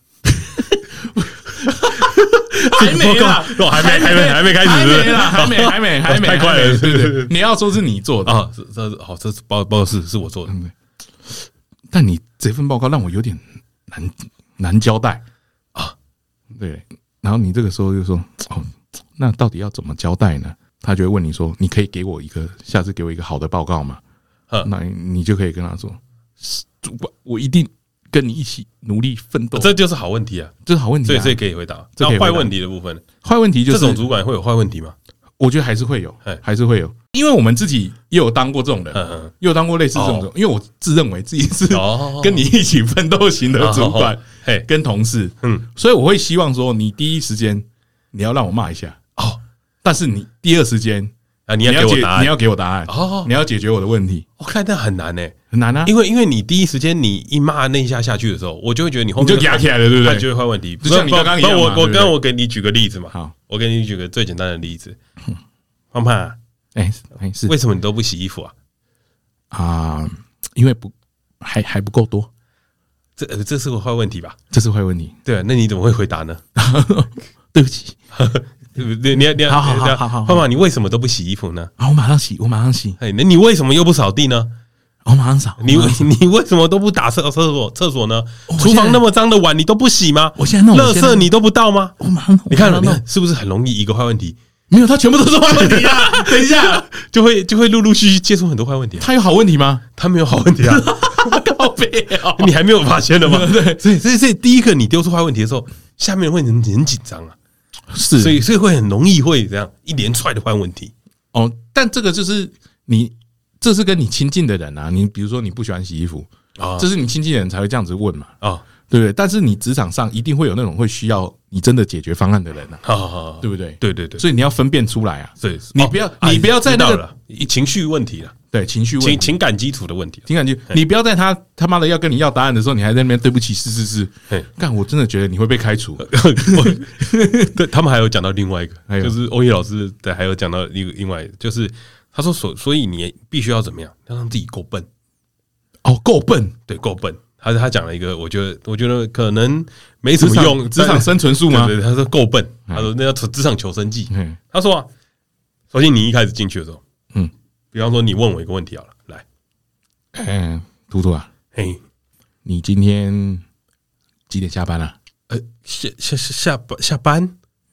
还没啦， 还没开始， 还没， 太快了，对， 你要说是你做的啊？ 这报告是我做的， 但你这份报告让我有点难交代啊。对，然后你这个时候就说，那到底要怎么交代呢？他就会问你说，你可以下次给我一个好的报告吗？那你就可以跟他说，主管，我一定跟你一起努力奋斗。这就是好问题啊， 这是好问题， 所以可以回答。然后坏问题的部分， 坏问题就是这种主管会有坏问题吗？ 我觉得还是会有，因为我们自己也有当过这种人，也有当过类似这种，因为我自认为自己是跟你一起奋斗型的主管，跟同事，所以我会希望说，你第一时间你要让我骂一下，但是你第二时间你要给我答案，你要解决我的问题。 我看那很难很难啊， 因为你第一时间你一骂那一下下去的时候，我就会觉得你后面就压起来了，对不对？ 他就会坏问题， 就像你刚刚一样。 我给你举个例子嘛，好，我给你举个最简单的例子，胖胖， 是为什么你都不洗衣服啊？ 因为还不够多。 这是个坏问题吧？ 这是坏问题。 对，那你怎么会回答呢？ 对不起。 你好，胖胖，你为什么都不洗衣服呢？ 我马上洗。 那你为什么又不扫地呢？ 我马上扫。 你为什么都不打厕所呢？厨房那么脏的碗你都不洗吗？ 我现在弄。 垃圾你都不倒吗？ 我马上弄。 你看是不是很容易一个坏问题？ 没有，它全部都是坏问题啊！等一下， 就会陆陆续续接触很多坏问题。 它有好问题吗？ 它没有好问题啊！ 靠北哦， 你还没有发现的吗？对，所以第一个你丢出坏问题的时候，下面会很紧张啊。 是， 所以会很容易会这样一连串的坏问题。 但这个就是这是跟你亲近的人啊。你比如说你不喜欢洗衣服这是你亲近的人才会这样子问嘛对不对？但是你职场上一定会有那种会需要你真的解决方案的人对不对？ 对， 所以你要分辨出来啊。 对， 你不要在那个情绪问题了。 对，情绪问题， 情感基础的问题， 你不要在他妈的要跟你要答案的时候，你还在那边对不起，是，干，我真的觉得你会被开除。 对，他们还有讲到另外一个，就是欧耶老师还有讲到另外，就是他说所以你必须要怎么样，要让自己够笨。 够笨， 对，够笨。他讲了一个，我觉得可能没什么用， 职场生存术吗？ 对，他说够笨，他说那叫职场求生技。他说首先你一开始进去的时候，比方说你问我一个问题好了，来， 图图啊，你今天几点下班啊？ 下班，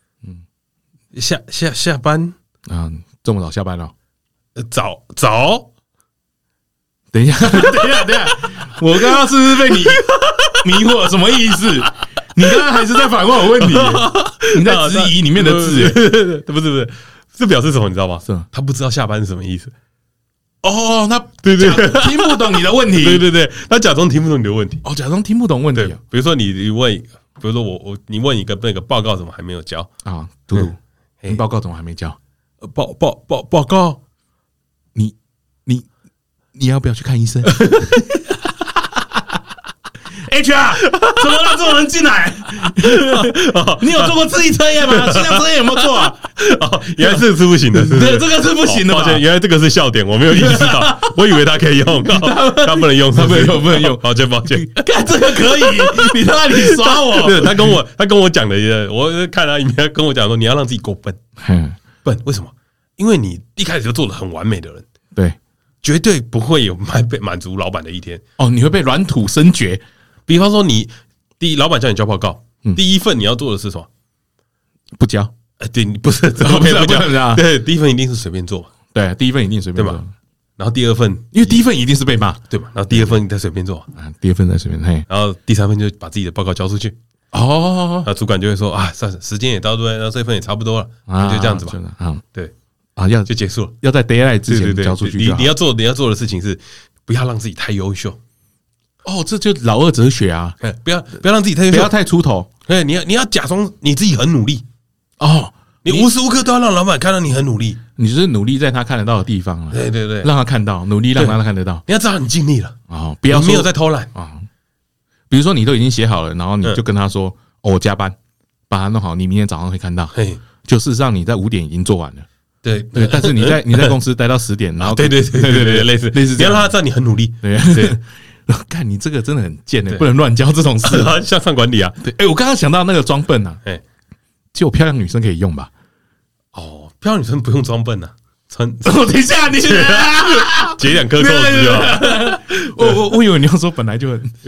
下班啊，这么早下班了？ 早。 等一下，我刚刚是不是被你迷惑？什么意思？你刚刚还是在反问我问题，你在质疑里面的字， 不是，这表示什么？你知道吗？是他不知道下班是什么意思。 哦，那对对， 听不懂你的问题， 对对对，他假装听不懂你的问题， 哦，假装听不懂问题。 比如说你问，比如说你问一个那个报告怎么还没有交啊？嘟嘟，你报告怎么还没交？ 报告， 你要不要去看医生？HR， 怎么让这种人进来？你有做过智力测验吗？心脏测验有没有做啊？ 原来这个是不行的， 对，这个是不行的。 抱歉，原来这个是笑点，我没有意识到，我以为他可以用，他不能用， 不能用。 抱歉， 干这个可以？你在那里耍我？ 对，他跟我讲的，我看他影片跟我讲说，你要让自己够笨，笨为什么？因为你一开始就做得很完美的人， 对， 绝对不会有被满足老板的一天。 哦，你会被软土生绝。 比方说，老板叫你交报告，第一份你要做的是什么？ 不交。 对，你不是不交，对，第一份一定是随便做， 对，第一份一定随便做， 然后第二份， 因为第一份一定是被骂， 对吧？然后第二份你再随便做啊，第二份再随便，嘿， 然后第三份就把自己的报告交出去。 哦， 那主管就会说啊，算了，时间也到，对，那这份也差不多了，就这样子吧。 啊， 对啊， 就结束了， 要在 deadline 之前交出去。 你要做的事情是不要让自己太优秀。 哦，这就老二哲学啊！ 不要让自己太优秀， 不要太出头。 你要假装你自己很努力哦， 你无时无刻都要让老板看到你很努力， 你就是努力在他看得到的地方啊。 对对对， 让他看到，努力让他看得到。 你要知道你尽力了哦，不要没有在偷懒啊。比如说你都已经写好了，然后你就跟他说：“我加班把它弄好，你明天早上会看到。”就事实上你在5点已经做完了。对对，但是你在公司待到10点，然后对，类似你要让他知道你很努力。 对对。看你这个真的很贱不能乱教这种事啊，向上管理啊。 对，我刚刚想到那个装笨啊，就漂亮女生可以用吧？ 哦，漂亮女生不用装笨啊，等一下你解2颗扣子就好。 我以为你要说本来就很，不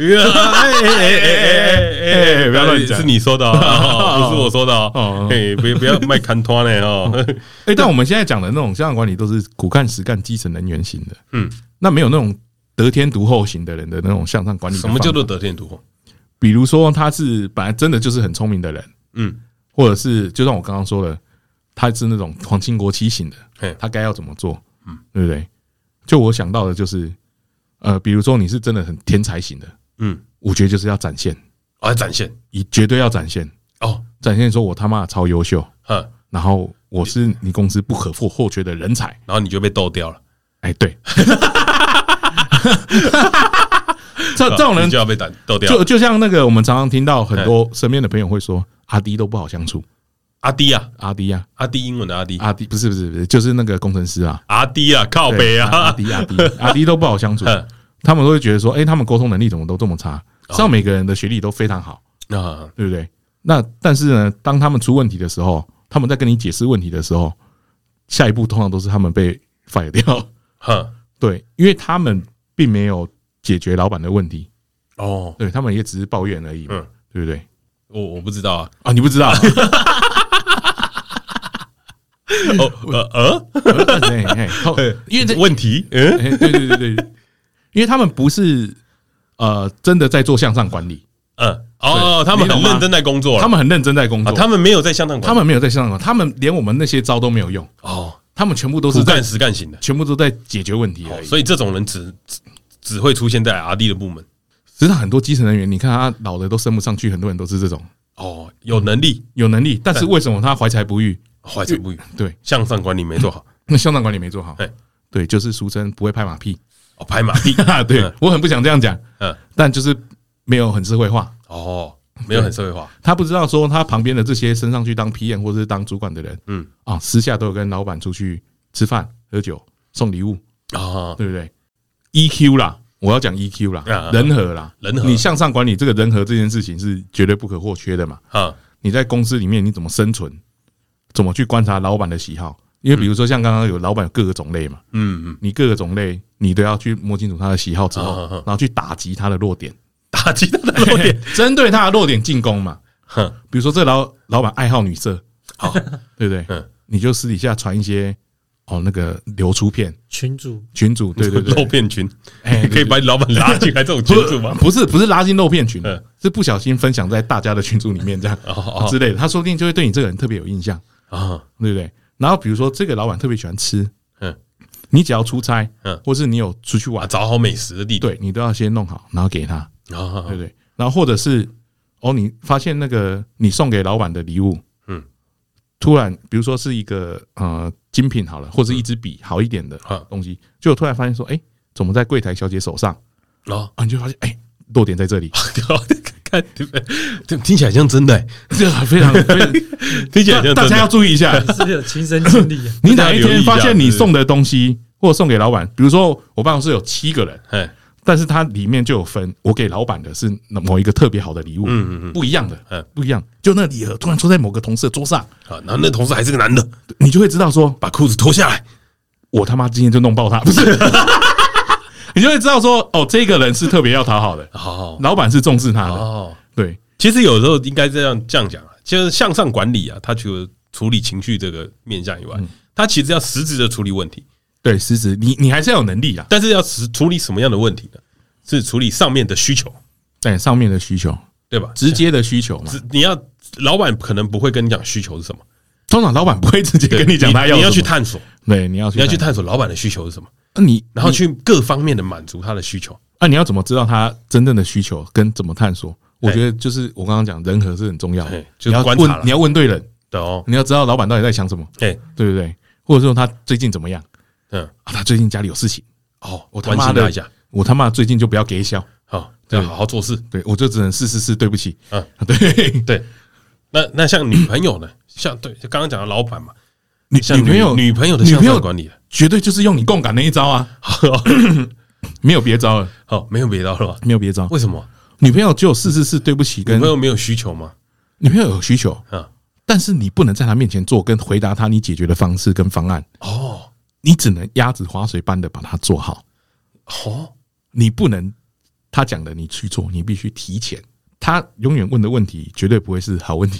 要乱讲， 是你说的，不是我说的哦。不要卖看拖呢哦。 但我们现在讲的那种向上管理都是苦干实干基层人员型的，那没有那种得天独厚型的人的那种向上管理。 什么叫做得天独厚？ 比如说他是本来真的就是很聪明的人，或者是就像我刚刚说的，他是那种皇亲国戚型的，他该要怎么做，对不对？就我想到的就是，比如说你是真的很天才型的，我觉得就是要展现， 展现， 绝对要展现哦，展现说我他妈超优秀，然后我是你公司不可或缺的人才， 然后你就被斗掉了。 哎，对。这种人就要被斗掉， 就像那个我们常常听到很多身边的朋友会说，阿弟都不好相处。 阿弟啊， 阿弟啊， 阿弟英文的阿弟， 阿弟不是，就是那个工程师啊， 阿弟啊，靠北啊， 阿弟都不好相处。他们都会觉得说，他们沟通能力怎么都这么差？实际上每个人的学历都非常好啊，对不对？那但是呢，当他们出问题的时候，他们在跟你解释问题的时候，下一步通常都是他们被 fire 掉。对，因为他们并没有解决老板的问题哦，对他们也只是抱怨而已嘛，对不对？ 我不知道啊，你不知道？ 因为这问题， 对，因为他们不是真的在做向上管理， 他们很认真在工作， 他们很认真在工作， 他们没有在向上管理， 他们没有在向上管理，他们连我们那些招都没有用哦。他们全部都是苦干实干型的， 全部都在解决问题而已。 所以这种人只会出现在 R&D 的部门。 实际上很多基层人员，你看他老的都升不上去，很多人都是这种。 哦，有能力， 但是为什么他怀才不遇？ 怀才不遇， 对， 向上管理没做好。 那向上管理没做好，对，就是俗称不会拍马屁。 哦，拍马屁， 对我很不想这样讲，但就是没有很社会化。 哦。没有很社会化， 他不知道说他旁边的这些升上去当 PM 或者是当主管的人，私下都有跟老板出去吃饭、喝酒、送礼物啊，对不对 ？EQ 啦，我要讲 EQ 啦，人和啦，你向上管理这个人和这件事情是绝对不可或缺的嘛。你在公司里面你怎么生存，怎么去观察老板的喜好？因为比如说像刚刚有老板有各个种类嘛，你各个种类你都要去摸清楚他的喜好之后，然后去打击他的弱点。 打击他的弱点， 针对他的弱点进攻嘛。比如说，这老板爱好女色，对不对？你就私底下传一些那个流出片， 群主， 对， 漏片群，可以把老板拉进来这种群组吗？ 不是拉进漏片群，是不小心分享在大家的群组里面这样之类的。他说不定就会对你这个人特别有印象啊，对不对？然后比如说，这个老板特别喜欢吃， 你只要出差，或是你有出去玩， 找好美食的地点， 对你都要先弄好，然后给他，对不对？然后或者是你发现那个你送给老板的礼物，突然比如说是一个精品好了，或者一支笔好一点的东西，就突然发现说，怎么在柜台小姐手上？你就发现，落点在这里。 看，听起来像真的， 这非常听起来像真的。 大家要注意一下， 是不是有亲身经历？ 你哪一天发现你送的东西，或者送给老板，比如说我办公室有7个人，但是它里面就有分，我给老板的是某一个特别好的礼物，不一样的，不一样。就那礼盒突然出在某个同事的桌上， 然后那同事还是个男的， 你就会知道说， 把裤子脱下来， 我他妈今天就弄爆他，不是？你就会知道说，这个人是特别要讨好的，老板是重视他的。对， 其实有时候应该这样讲啊，就是向上管理啊，他除了处理情绪这个面向以外，他其实要实质的处理问题。 对，实质你还是要有能力啊， 但是要处理什么样的问题呢？是处理上面的需求， 对，上面的需求， 对吧？ 直接的需求嘛。 你要老板可能不会跟你讲需求是什么， 通常老板不会直接跟你讲他要什么， 你要去探索， 对，你要去探索老板的需求是什么。然后去各方面的满足他的需求。 你要怎么知道他真正的需求跟怎么探索？我觉得就是我刚刚讲，人和是很重要的。 就是观察， 你要问对人，你要知道老板到底在想什么，对不对？或者说他最近怎么样？他最近家里有事情，我他妈的，我他妈最近就不要给笑， 要好好做事。 对，我就只能是，对不起。对。 那像女朋友呢？像对，就刚刚讲的老板嘛。 女朋友的向上管理，绝对就是用你共感那一招啊，没有别招了。 没有别招了吧？ 没有别招。 为什么？ 女朋友就有对不起。 女朋友没有需求吗？ 女朋友有需求，但是你不能在她面前做跟回答她你解决的方式跟方案。你只能鸭子划水般的把它做好。你不能他讲的你去做，你必须提前。他永远问的问题绝对不会是好问题。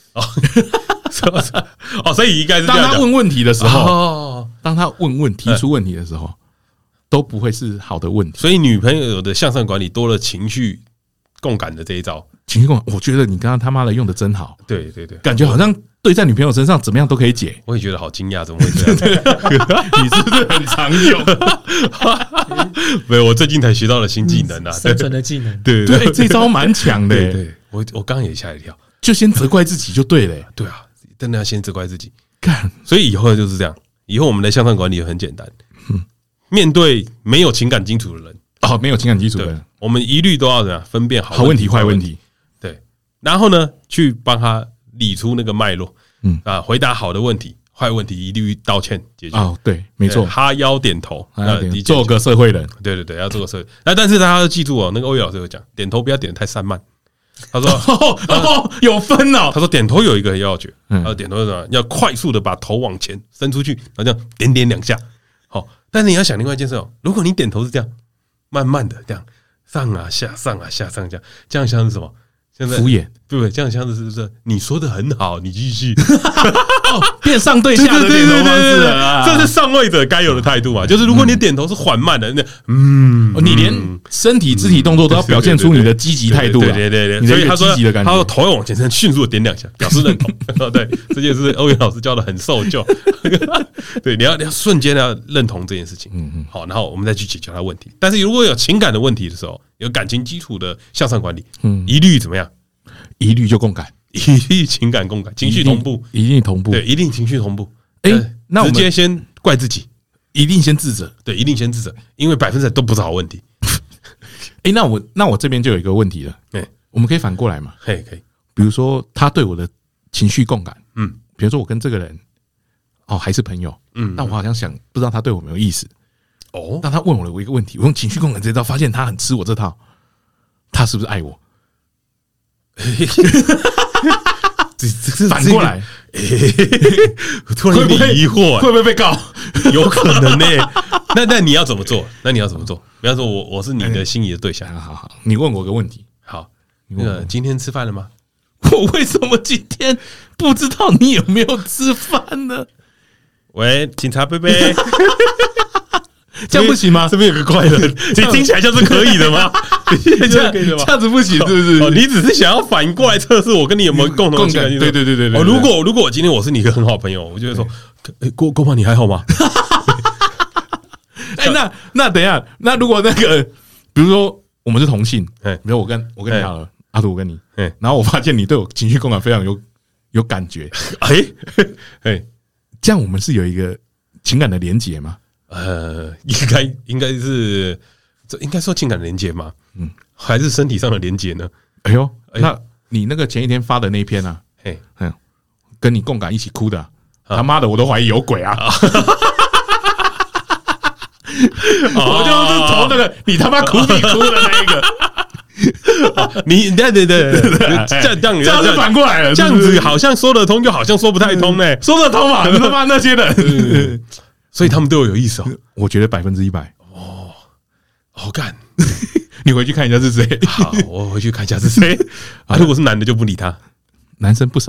所以应该是当他问问题的时候，提出问题的时候，都不会是好的问题。 所以女朋友的向上管理多了情绪共感的这一招。 情绪共感，我觉得你刚刚他妈的用的真好。 对， 感觉好像对在女朋友身上怎么样都可以解。 我也觉得好惊讶，怎么会这样？ 你是不是很常用？ 没有，我最近才学到了新技能啊， 生存的技能。 对，这招蛮强的。 对，我刚刚也吓一跳， 就先责怪自己就对了。 对啊，真的要先责怪自己。所以以后就是这样，以后我们的向上管理很简单。面对没有情感基础的人， 没有情感基础的人， 我们一律都要怎样分辨好问题、坏问题。 对，然后呢，去帮他理出那个脉络。回答好的问题，坏问题一律道歉解决。 对，没错， 哈腰点头， 做个社会人。 对，要做个社会。但是大家要记住那个欧阳老师有讲，点头不要点得太散漫。他说有分哦。 他说点头有一个要诀，点头是什么？要快速的把头往前伸出去，然后这样点2下。但是你要想另外一件事如果你点头是这样，慢慢的这样上啊下上啊下上这样像是什么？现在敷衍， 对不对？这样像是不是？你说的很好，你继续。 变上对下的点头方式了， 这是上位者该有的态度嘛？就是如果你点头是缓慢的， 你连身体肢体动作都要表现出你的积极态度。 对，所以他说头要往前伸，迅速的点2下，表示认同。对，这件事欧阳老师教的很受教。对，你要瞬间要认同这件事情。好，然后我们再去解决他问题。但是如果有情感的问题的时候，有感情基础的向上管理，一律怎么样？ 一律就共感， 一律情感共感，情绪同步， 一定同步， 对，一定情绪同步。 那我们直接先怪自己， 一定先自责， 对，一定先自责，因为100%都不是好问题。 那我这边就有一个问题了，我们可以反过来嘛？ 可以， 比如说他对我的情绪共感，比如说我跟这个人还是朋友，但我好像不知道他对我没有意思，那他问我一个问题，我用情绪共感这招发现他很吃我这套，他是不是爱我？反过来， 突然有点疑惑， 会不会被告？ 有可能呢。那你要怎么做？比方说我是你的心仪的对象， 好，你问我个问题。 好，今天吃饭了吗？ 我为什么今天不知道你有没有吃饭呢？ 喂，警察贝贝。 这样不行吗？ 这边有个怪人，听起来像是可以的吗？ 这样子不行，是不是？ 你只是想要反应过来测试我跟你有没有共同的情感？ 对。 如果今天我是你一个很好朋友，我就会说，郭胖你还好吗？ 那等一下，那如果那个，比如说我们是同性，比如我跟你好了，阿土我跟你，然后我发现你对我情绪共感非常有感觉，这样我们是有一个情感的连结吗？ 应该是，这应该说情感连结吗？还是身体上的连结呢？ 哎呦，那你那个前一天发的那一篇啊，跟你共感一起哭的，他妈的，我都怀疑有鬼啊！我就是从那个你他妈哭你哭的那一个， 你对，这样是反过来了， 这样子好像说得通，又好像说不太通呢。 说得通嘛？你他妈那些人， 所以他们对我有意思哦。 我觉得100% 好干， 你回去看一下是谁。 好，我回去看一下是谁。如果是男的就不理他， 男生不少。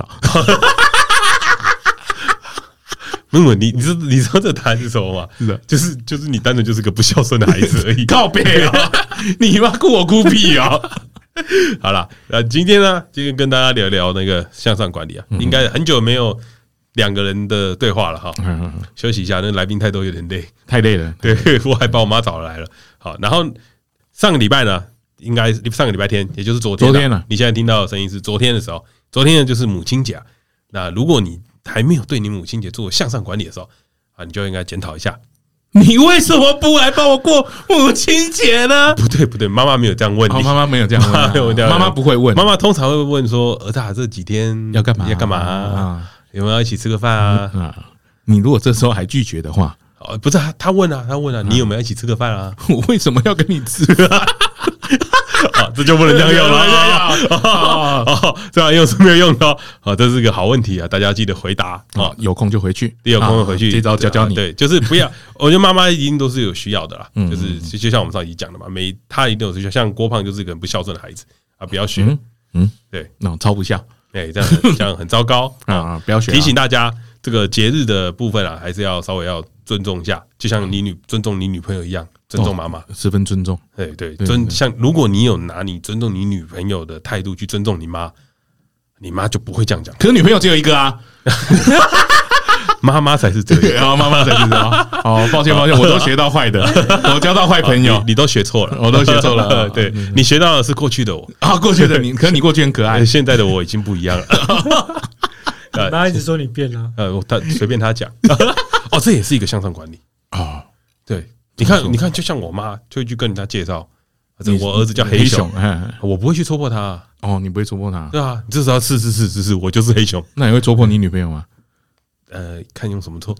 问问你知道这答案是什么吗？是的，就是你单纯就是个不孝顺的孩子而已。 靠北啊！你妈哭我哭屁啊！ 好了，今天跟大家聊聊那个向上管理啊，应该很久没有2个人的对话了哈。休息一下，那来宾太多有点累， 太累了。 对，我还把我妈找来了。好，然后上个礼拜呢，应该上个礼拜天，也就是昨天了。你现在听到的声音是昨天的时候，昨天呢就是母亲节。那如果你还没有对你母亲节做向上管理的时候你就应该检讨一下， 你为什么不来帮我过母亲节呢？ 不对，妈妈没有这样问你。 妈妈没有这样问，妈妈不会问， 妈妈通常会问说：“儿子，这几天要干嘛？ 有没有要一起吃个饭啊？” 你如果这时候还拒绝的话， 不是他问啊，你有没有一起吃个饭啊？ 我为什么要跟你吃啊？ 这就不能这样用了，这样用是没有用的。这是个好问题啊，大家记得回答。 有空就回去， 有空就回去， 这招教你。 对，就是不要，我觉得妈妈一定都是有需要的啦。就像我们上集讲的嘛，他一定有需要。像郭胖就是一个很不孝顺的孩子啊，不要学。对， 那超不孝， 这样很糟糕啊！不要学。 提醒大家，这个节日的部分还是要稍微要尊重一下，就像尊重你女朋友一样。尊重妈妈， 十分尊重。 对，像如果你有拿你尊重你女朋友的态度去尊重你妈，你妈就不会这样讲。 可是女朋友只有一个啊， 妈妈才是这样， 妈妈才是这样。抱歉，我都学到坏的，我交到坏朋友， 你都学错了， 我都学错了。 对，你学到的是过去的我过去的你，可是你过去很可爱， 现在的我已经不一样了。 你妈一直说你变了， 他随便他讲。这也是一个向上管理啊，对。你看，就像我妈就会去跟人家介绍，我儿子叫黑熊，我不会去戳破他。 你不会戳破他？ 对啊，你这时候是，我就是黑熊。 那你会戳破你女朋友吗？ 看用什么戳。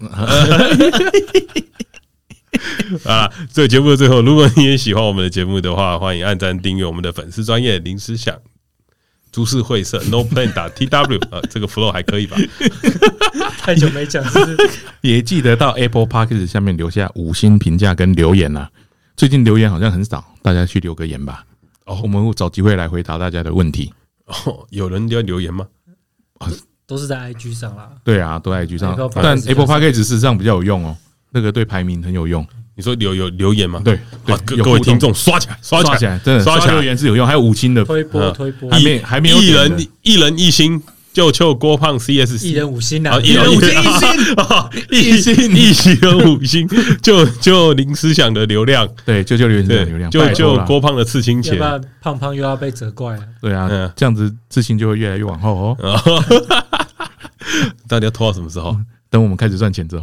这个节目的最后，如果你也喜欢我们的节目的话，欢迎按赞订阅我们的粉丝专页临时想株式会社 NoPlan.tw 这个 flow 还可以吧？ 太久没讲，是不是？ 也记得到 Apple Podcast 下面留下5星评价跟留言啊。最近留言好像很少，大家去留个言吧。我们会找机会来回答大家的问题。 有人留言吗？ 都是在 IG 上啦。 对啊，都在 IG 上，但 Apple Podcast 事实上比较有用哦，那个对排名很有用。 你说有留言吗？ 对， 各位听众刷起来， 真的刷起来，留言是有用，还有5星的推播， 还没有一人1星。就郭胖 CS， 一人5星啊！ 一人5星， 一人5星，就临时想的流量， 对，就临时想的流量， 就郭胖的刺青钱， 要不然胖又要被责怪了。 对啊，这样子自信就会越来越往后哦。 到底要拖到什么时候？ 等我们开始赚钱之后。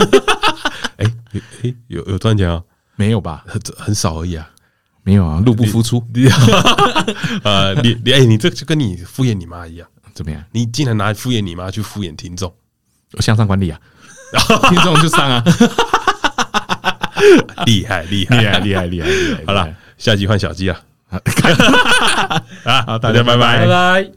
有赚钱啊？ 没有吧？ 很少而已啊。 没有啊，入不敷出。 你这就跟你敷衍你妈一样。 怎么样？ 你竟然拿敷衍你妈去敷衍听众， 向上管理啊！听众就上啊！ 厉害！好了，下集换小鸡啊！好，大家拜拜。